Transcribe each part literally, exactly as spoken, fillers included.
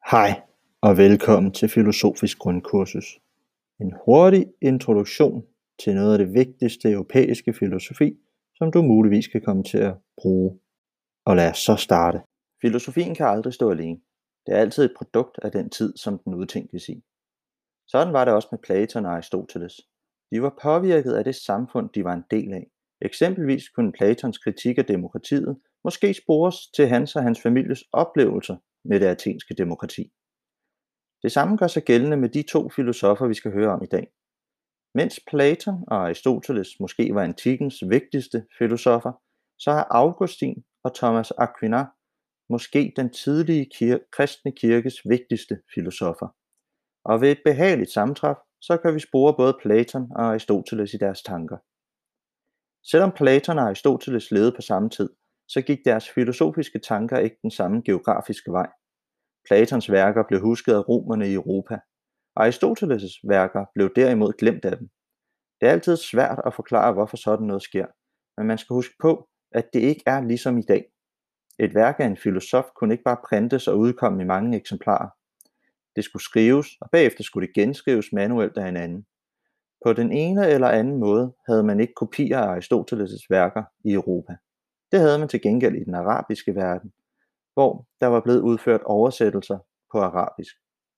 Hej og velkommen til Filosofisk Grundkursus. En hurtig introduktion til noget af det vigtigste europæiske filosofi, som du muligvis kan komme til at bruge. Og lad os så starte. Filosofien kan aldrig stå alene. Det er altid et produkt af den tid, som den udtænkes i. Sådan var det også med Platon og Aristoteles. De var påvirket af det samfund, de var en del af. Eksempelvis kunne Platons kritik af demokratiet måske spores til hans og hans families oplevelser med det athenske demokrati. Det samme gør sig gældende med de to filosofer, vi skal høre om i dag. Mens Platon og Aristoteles måske var antikkens vigtigste filosofer, så er Augustin og Thomas Aquinas måske den tidlige kir- kristne kirkes vigtigste filosofer. Og ved et behageligt sammentræf, så kan vi spore både Platon og Aristoteles i deres tanker. Selvom Platon og Aristoteles levede på samme tid, så gik deres filosofiske tanker ikke den samme geografiske vej. Platons værker blev husket af romerne i Europa. Aristoteles' værker blev derimod glemt af dem. Det er altid svært at forklare, hvorfor sådan noget sker, men man skal huske på, at det ikke er ligesom i dag. Et værk af en filosof kunne ikke bare printes og udkomme i mange eksemplarer. Det skulle skrives, og bagefter skulle det genskrives manuelt af en anden. På den ene eller anden måde havde man ikke kopier af Aristoteles' værker i Europa. Det havde man til gengæld i den arabiske verden, hvor der var blevet udført oversættelser på arabisk.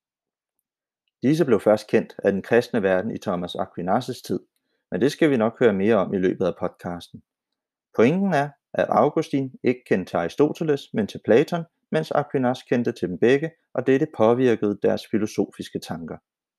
Disse blev først kendt af den kristne verden i Thomas Aquinas' tid, men det skal vi nok høre mere om i løbet af podcasten. Pointen er, at Augustin ikke kendte til Aristoteles, men til Platon, mens Aquinas kendte til dem begge, og dette påvirkede deres filosofiske tanker.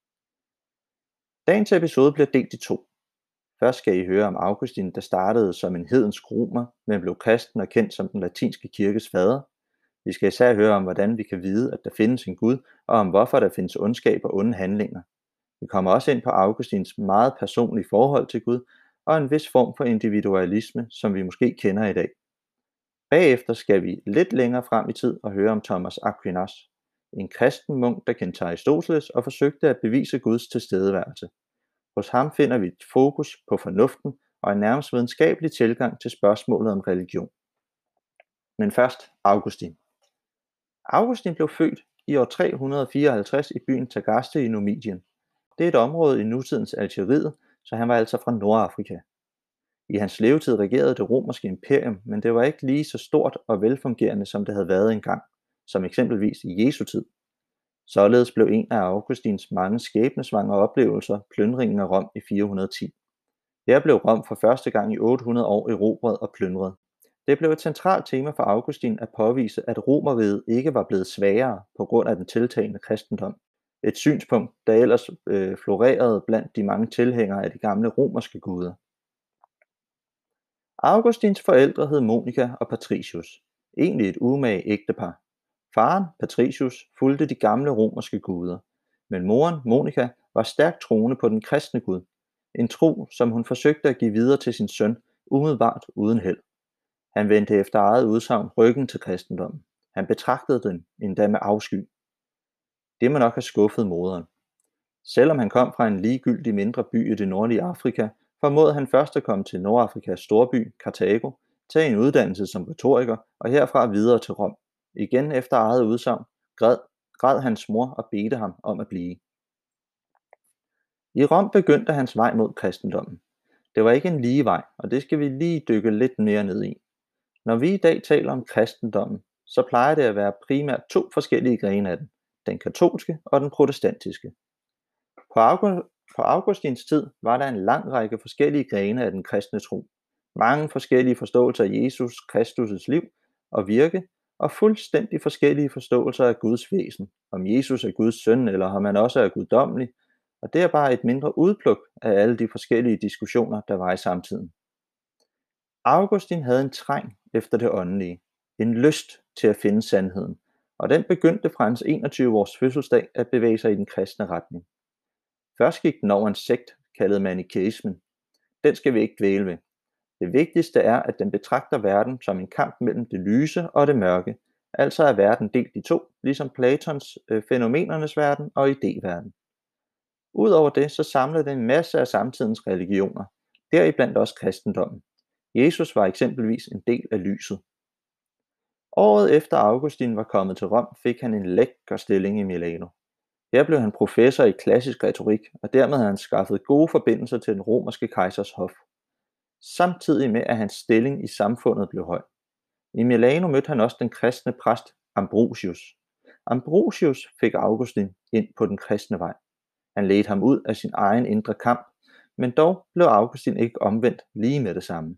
Dagens episode bliver delt i to. Først skal I høre om Augustin, der startede som en hedensk romer, men blev kristen og kendt som den latinske kirkes fader. Vi skal især høre om, hvordan vi kan vide, at der findes en Gud, og om hvorfor der findes ondskab og onde handlinger. Vi kommer også ind på Augustins meget personlige forhold til Gud, og en vis form for individualisme, som vi måske kender i dag. Bagefter skal vi lidt længere frem i tid og høre om Thomas Aquinas, en kristen munk, der kendte Aristoteles og forsøgte at bevise Guds tilstedeværelse. Hos ham finder vi et fokus på fornuften og en nærmest videnskabelig tilgang til spørgsmålet om religion. Men først Augustin. Augustin blev født i år tre hundrede fireoghalvtreds i byen Tagaste i Numidien. Det er et område i nutidens Algeriet, så han var altså fra Nordafrika. I hans levetid regerede det romerske imperium, men det var ikke lige så stort og velfungerende, som det havde været engang, som eksempelvis i Jesu tid. Således blev en af Augustins mange skæbnesvangre oplevelser plyndringen af Rom i fire hundrede og ti. Her blev Rom for første gang i otte hundrede år erobret og plyndret. Det blev et centralt tema for Augustin at påvise, at Romerriget ikke var blevet svagere på grund af den tiltagende kristendom. Et synspunkt, der ellers øh, florerede blandt de mange tilhængere af de gamle romerske guder. Augustins forældre hed Monica og Patricius, egentlig et umage ægtepar. Faren, Patricius, fulgte de gamle romerske guder, men moren, Monica, var stærkt troende på den kristne Gud, en tro, som hun forsøgte at give videre til sin søn, umiddelbart uden held. Han vendte efter eget udsagn ryggen til kristendommen. Han betragtede den endda med afsky. Det må nok have skuffet moderen. Selvom han kom fra en ligegyldig mindre by i det nordlige Afrika, formåede han først at komme til Nordafrikas storby, Karthago, tage en uddannelse som retoriker og herfra videre til Rom. Igen efter eget udsagn græd, græd hans mor og bedte ham om at blive. I Rom begyndte hans vej mod kristendommen. Det var ikke en lige vej, og det skal vi lige dykke lidt mere ned i. Når vi i dag taler om kristendommen, så plejer det at være primært to forskellige grene af den, den katolske og den protestantiske. På, August, på Augustins tid var der en lang række forskellige grene af den kristne tro. Mange forskellige forståelser af Jesus Kristus' liv og virke, og fuldstændig forskellige forståelser af Guds væsen, om Jesus er Guds søn, eller om han også er guddommelig, og det er bare et mindre udpluk af alle de forskellige diskussioner, der var i samtiden. Augustin havde en træng efter det åndelige, en lyst til at finde sandheden, og den begyndte fra hans enogtyve års fødselsdag at bevæge sig i den kristne retning. Først gik den over en sekt, kaldet manikæismen. Den skal vi ikke dvæle ved. Det vigtigste er, at den betragter verden som en kamp mellem det lyse og det mørke, altså er verden delt i to, ligesom Platons øh, fænomenernes verden og idéverden. Udover det, så samler det en masse af samtidens religioner, deriblandt også kristendommen. Jesus var eksempelvis en del af lyset. Året efter Augustin var kommet til Rom, fik han en lækker stilling i Milano. Her blev han professor i klassisk retorik, og dermed havde han skaffet gode forbindelser til den romerske kejsers hof, samtidig med at hans stilling i samfundet blev høj. I Milano mødte han også den kristne præst Ambrosius. Ambrosius fik Augustin ind på den kristne vej. Han ledte ham ud af sin egen indre kamp, men dog blev Augustin ikke omvendt lige med det samme.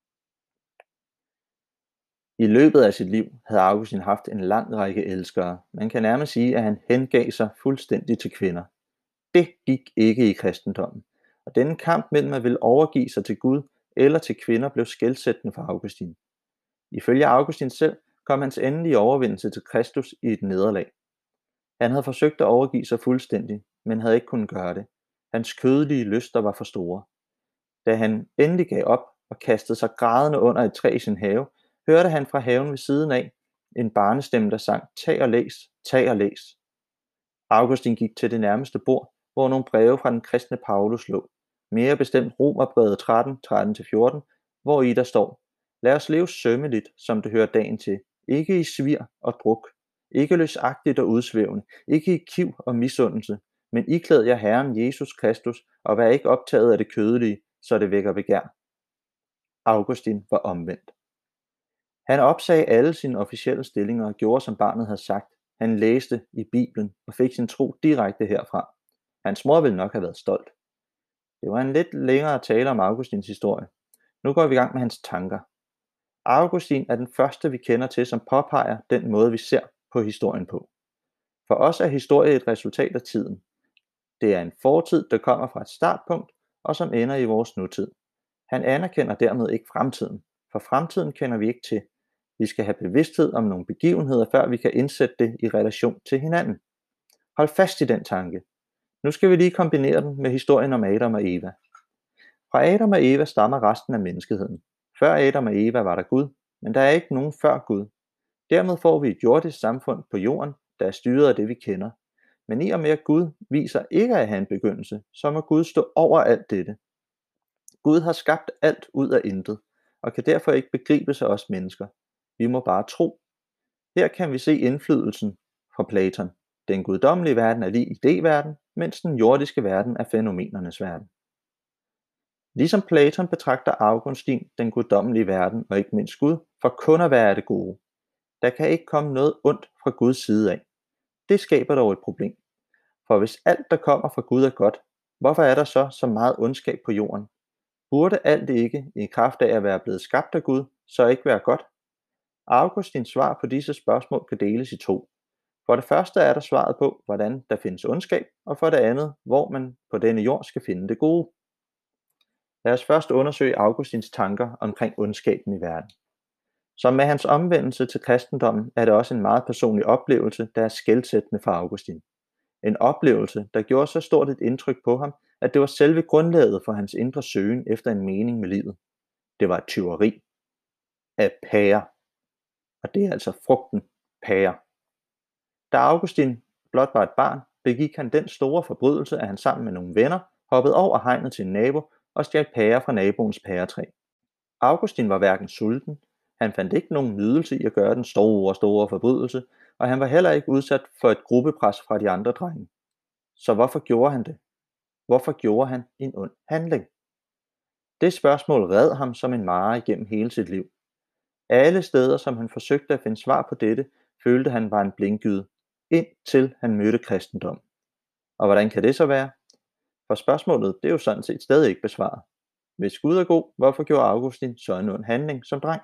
I løbet af sit liv havde Augustin haft en lang række elskere. Man kan nærmest sige, at han hengav sig fuldstændig til kvinder. Det gik ikke i kristendommen, og denne kamp mellem at ville overgive sig til Gud eller til kvinder blev skelsættende for Augustin. Ifølge Augustin selv kom hans endelige overvindelse til Kristus i et nederlag. Han havde forsøgt at overgive sig fuldstændig, men havde ikke kunnet gøre det. Hans kødelige lyster var for store. Da han endelig gav op og kastede sig grædende under et træ i sin have, hørte han fra haven ved siden af en barnestemme, der sang, tag og læs, tag og læs. Augustin gik til det nærmeste bord, hvor nogle breve fra den kristne Paulus lå. Mere bestemt Romerbrevet tretten, tretten til fjorten, hvor i der står, lad os leve sømmeligt, som det hører dagen til, ikke i svir og druk, ikke løsagtigt og udsvævende, ikke i kiv og misundelse, men iklæd jer Herren Jesus Kristus, og vær ikke optaget af det kødelige, så det vækker begær. Augustin var omvendt. Han opsagde alle sine officielle stillinger og gjorde, som barnet havde sagt. Han læste i Bibelen og fik sin tro direkte herfra. Hans mor ville nok have været stolt. Det var en lidt længere tale om Augustins historie. Nu går vi i gang med hans tanker. Augustin er den første, vi kender til, som påpeger den måde, vi ser på historien på. For os er historie et resultat af tiden. Det er en fortid, der kommer fra et startpunkt, og som ender i vores nutid. Han anerkender dermed ikke fremtiden, for fremtiden kender vi ikke til. Vi skal have bevidsthed om nogle begivenheder, før vi kan indsætte det i relation til hinanden. Hold fast i den tanke. Nu skal vi lige kombinere den med historien om Adam og Eva. Fra Adam og Eva stammer resten af menneskeheden. Før Adam og Eva var der Gud, men der er ikke nogen før Gud. Dermed får vi et jordisk samfund på jorden, der er styret af det vi kender. Men i og med at Gud viser ikke at have en begyndelse, så må Gud stå over alt dette. Gud har skabt alt ud af intet, og kan derfor ikke begribes af os mennesker. Vi må bare tro. Her kan vi se indflydelsen fra Platon. Den guddommelige verden er lige idéverden, mens den jordiske verden er fænomenernes verden. Ligesom Platon betragter Augustin den guddommelige verden, og ikke mindst Gud, for kun at være det gode. Der kan ikke komme noget ondt fra Guds side af. Det skaber dog et problem. For hvis alt, der kommer fra Gud, er godt, hvorfor er der så så meget ondskab på jorden? Burde alt ikke, i kraft af at være blevet skabt af Gud, så ikke være godt? Augustins svar på disse spørgsmål kan deles i to. For det første er der svaret på, hvordan der findes ondskab, og for det andet, hvor man på denne jord skal finde det gode. Lad os først undersøge Augustins tanker omkring ondskaben i verden. Som med hans omvendelse til kristendommen er det også en meget personlig oplevelse, der er skelsættende for Augustin. En oplevelse, der gjorde så stort et indtryk på ham, at det var selve grundlaget for hans indre søgen efter en mening med livet. Det var et tyveri af pærer, og det er altså frugten pærer. Da Augustin blot var et barn, begik han den store forbrydelse, at han sammen med nogle venner hoppede over hegnet til en nabo og stjal pærer fra naboens pæretræ. Augustin var hverken sulten, han fandt ikke nogen nydelse i at gøre den store, store forbrydelse, og han var heller ikke udsat for et gruppepres fra de andre drenge. Så hvorfor gjorde han det? Hvorfor gjorde han en ond handling? Det spørgsmål red ham som en mare igennem hele sit liv. Alle steder, som han forsøgte at finde svar på dette, følte han var en blindgyde, indtil han mødte kristendom. Og hvordan kan det så være? For spørgsmålet, det er jo sådan set stadig ikke besvaret. Hvis Gud er god, hvorfor gjorde Augustin så en ond handling som dreng?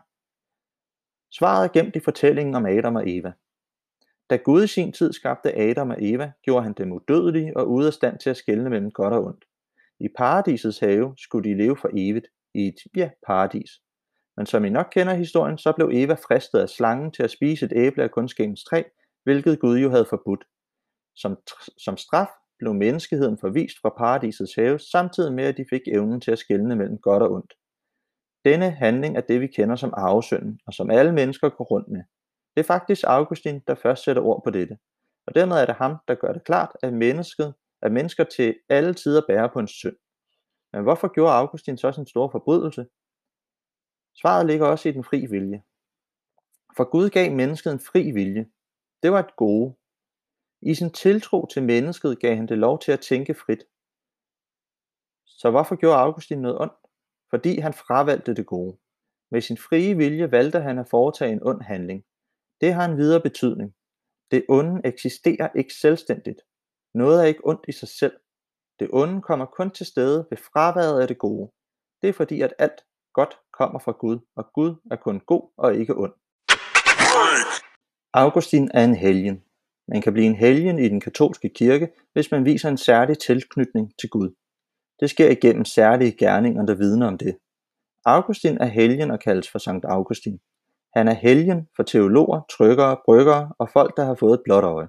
Svaret er gemt i fortællingen om Adam og Eva. Da Gud i sin tid skabte Adam og Eva, gjorde han dem udødelige og ude af stand til at skelne mellem godt og ondt. I paradisets have skulle de leve for evigt i et, ja, paradis. Men som I nok kender historien, så blev Eva fristet af slangen til at spise et æble af kundskabens træ, hvilket Gud jo havde forbudt. Som, som straf blev menneskeheden forvist fra paradisets have, samtidig med at de fik evnen til at skelne mellem godt og ondt. Denne handling er det, vi kender som arvesynden, og som alle mennesker går rundt med. Det er faktisk Augustin, der først sætter ord på dette. Og dermed er det ham, der gør det klart, at mennesket, at mennesker til alle tider bærer på en synd. Men hvorfor gjorde Augustin så sin store forbrydelse? Svaret ligger også i den fri vilje. For Gud gav mennesket en fri vilje. Det var et gode. I sin tiltro til mennesket gav han det lov til at tænke frit. Så hvorfor gjorde Augustin noget ondt? Fordi han fravalgte det gode. Med sin frie vilje valgte han at foretage en ond handling. Det har en videre betydning. Det onde eksisterer ikke selvstændigt. Noget er ikke ondt i sig selv. Det onde kommer kun til stede ved fraværet af det gode. Det er fordi, at alt godt kommer fra Gud, og Gud er kun god og ikke ond. Augustin er en helgen. Man kan blive en helgen i den katolske kirke, hvis man viser en særlig tilknytning til Gud. Det sker igennem særlige gerninger, der vidner om det. Augustin er helgen og kaldes for Sankt Augustin. Han er helgen for teologer, trykkere, bryggere og folk, der har fået et blåt øje.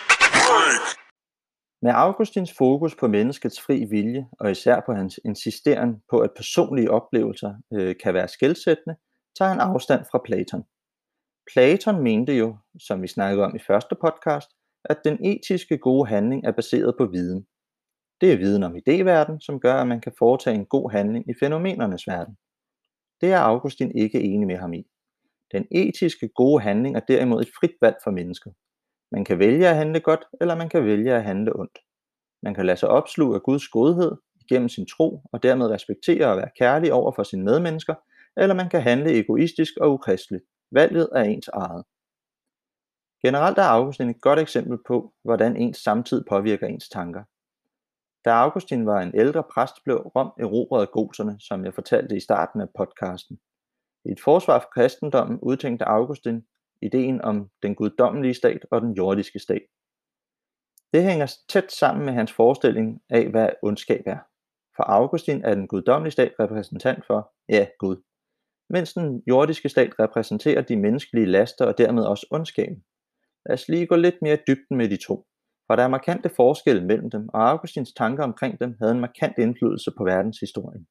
Med Augustins fokus på menneskets fri vilje, og især på hans insisteren på, at personlige oplevelser øh, kan være skelsættende, tager han afstand fra Platon. Platon mente jo, som vi snakkede om i første podcast, at den etiske gode handling er baseret på viden. Det er viden om idéverden, som gør, at man kan foretage en god handling i fænomenernes verden. Det er Augustin ikke enig med ham i. Den etiske gode handling er derimod et frit valg for mennesket. Man kan vælge at handle godt, eller man kan vælge at handle ondt. Man kan lade sig opsluge af Guds godhed igennem sin tro, og dermed respektere og være kærlig over for sine medmennesker, eller man kan handle egoistisk og ukristeligt. Valget er ens eget. Generelt er Augustin et godt eksempel på, hvordan ens samtid påvirker ens tanker. Da Augustin var en ældre præst, blev Rom erobret af goterne, som jeg fortalte i starten af podcasten. I et forsvar for kristendommen udtænkte Augustin ideen om den guddommelige stat og den jordiske stat. Det hænger tæt sammen med hans forestilling af, hvad ondskab er. For Augustin er den guddommelige stat repræsentant for, ja, Gud, mens den jordiske stat repræsenterer de menneskelige laster og dermed også ondskaben. Lad os lige gå lidt mere i dybden med de to, for der er markante forskelle mellem dem, og Augustins tanker omkring dem havde en markant indflydelse på verdenshistorien.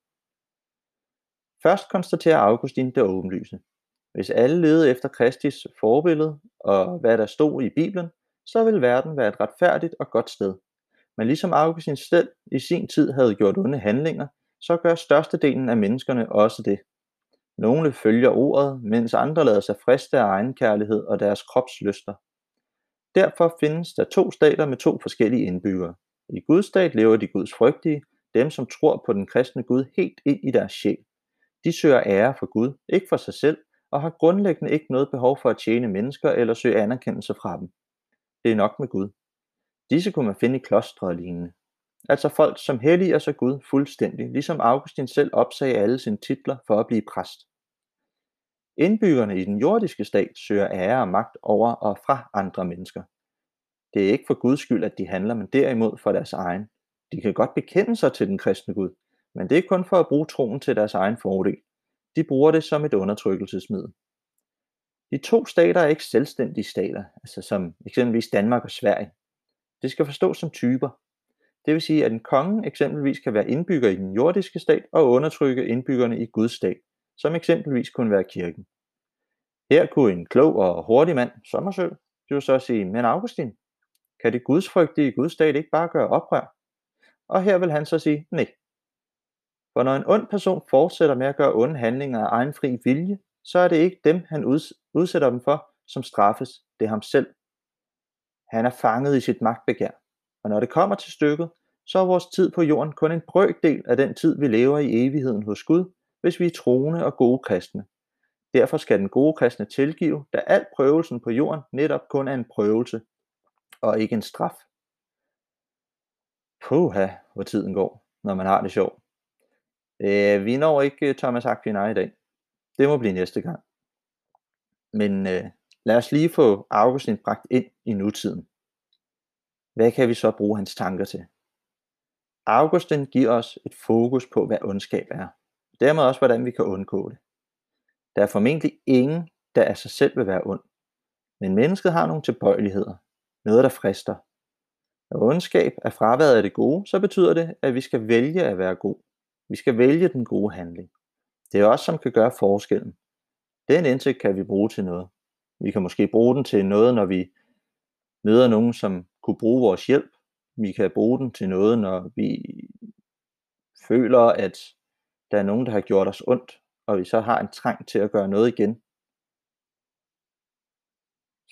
Først konstaterer Augustin det åbenlyse. Hvis alle levede efter Kristis forbillede og hvad der stod i Bibelen, så ville verden være et retfærdigt og godt sted. Men ligesom Augustin selv i sin tid havde gjort onde handlinger, så gør størstedelen af menneskerne også det. Nogle følger ordet, mens andre lader sig friste af egenkærlighed og deres kropslyster. Derfor findes der to stater med to forskellige indbyggere. I Guds stat lever de gudsfrygtige, dem som tror på den kristne Gud helt ind i deres sjæl. De søger ære for Gud, ikke for sig selv, og har grundlæggende ikke noget behov for at tjene mennesker eller søge anerkendelse fra dem. Det er nok med Gud. Disse kunne man finde i klostre og lignende. Altså folk, som helliger sig Gud fuldstændig, ligesom Augustin selv opsagde alle sine titler for at blive præst. Indbyggerne i den jordiske stat søger ære og magt over og fra andre mennesker. Det er ikke for Guds skyld, at de handler, men derimod for deres egen. De kan godt bekende sig til den kristne Gud, men det er kun for at bruge troen til deres egen fordel. De bruger det som et undertrykkelsesmiddel. De to stater er ikke selvstændige stater, altså som eksempelvis Danmark og Sverige. Det skal forstås som typer. Det vil sige, at en konge eksempelvis kan være indbygger i den jordiske stat og undertrykke indbyggerne i Guds stat, som eksempelvis kunne være kirken. Her kunne en klog og hurtig mand, Sommersø, jo så sige, men Augustin, kan det gudsfrygtige i Guds stat ikke bare gøre oprør? Og her vil han så sige, nej. For når en ond person fortsætter med at gøre onde handlinger af egen fri vilje, så er det ikke dem, han udsætter dem for, som straffes, det er ham selv. Han er fanget i sit magtbegær, og når det kommer til stykket, så er vores tid på jorden kun en brøkdel af den tid, vi lever i evigheden hos Gud, hvis vi er troende og gode kristne. Derfor skal den gode kristne tilgive, da al prøvelsen på jorden netop kun er en prøvelse, og ikke en straf. Puha, hvor tiden går, når man har det sjovt. Øh, vi når ikke Thomas Aquinas i dag. Det må blive næste gang. Men øh, lad os lige få Augustin bragt ind i nutiden. Hvad kan vi så bruge hans tanker til? Augustin giver os et fokus på, hvad ondskab er. Dermed også, hvordan vi kan undgå det. Der er formentlig ingen, der af sig selv vil være ond. Men mennesket har nogle tilbøjeligheder. Noget, der frister. Når ondskab er fraværet af det gode, så betyder det, at vi skal vælge at være god. Vi skal vælge den gode handling. Det er os, som kan gøre forskellen. Den indsigt kan vi bruge til noget. Vi kan måske bruge den til noget, når vi møder nogen, som kunne bruge vores hjælp. Vi kan bruge den til noget, når vi føler, at der er nogen, der har gjort os ondt, og vi så har en trang til at gøre noget igen.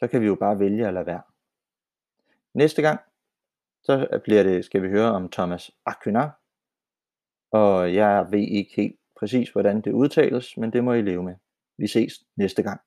så kan vi jo bare vælge at lade være. Næste gang, så bliver det, skal vi høre om Thomas Aquinas, og jeg ved ikke helt præcis, hvordan det udtales, men det må I leve med. Vi ses næste gang.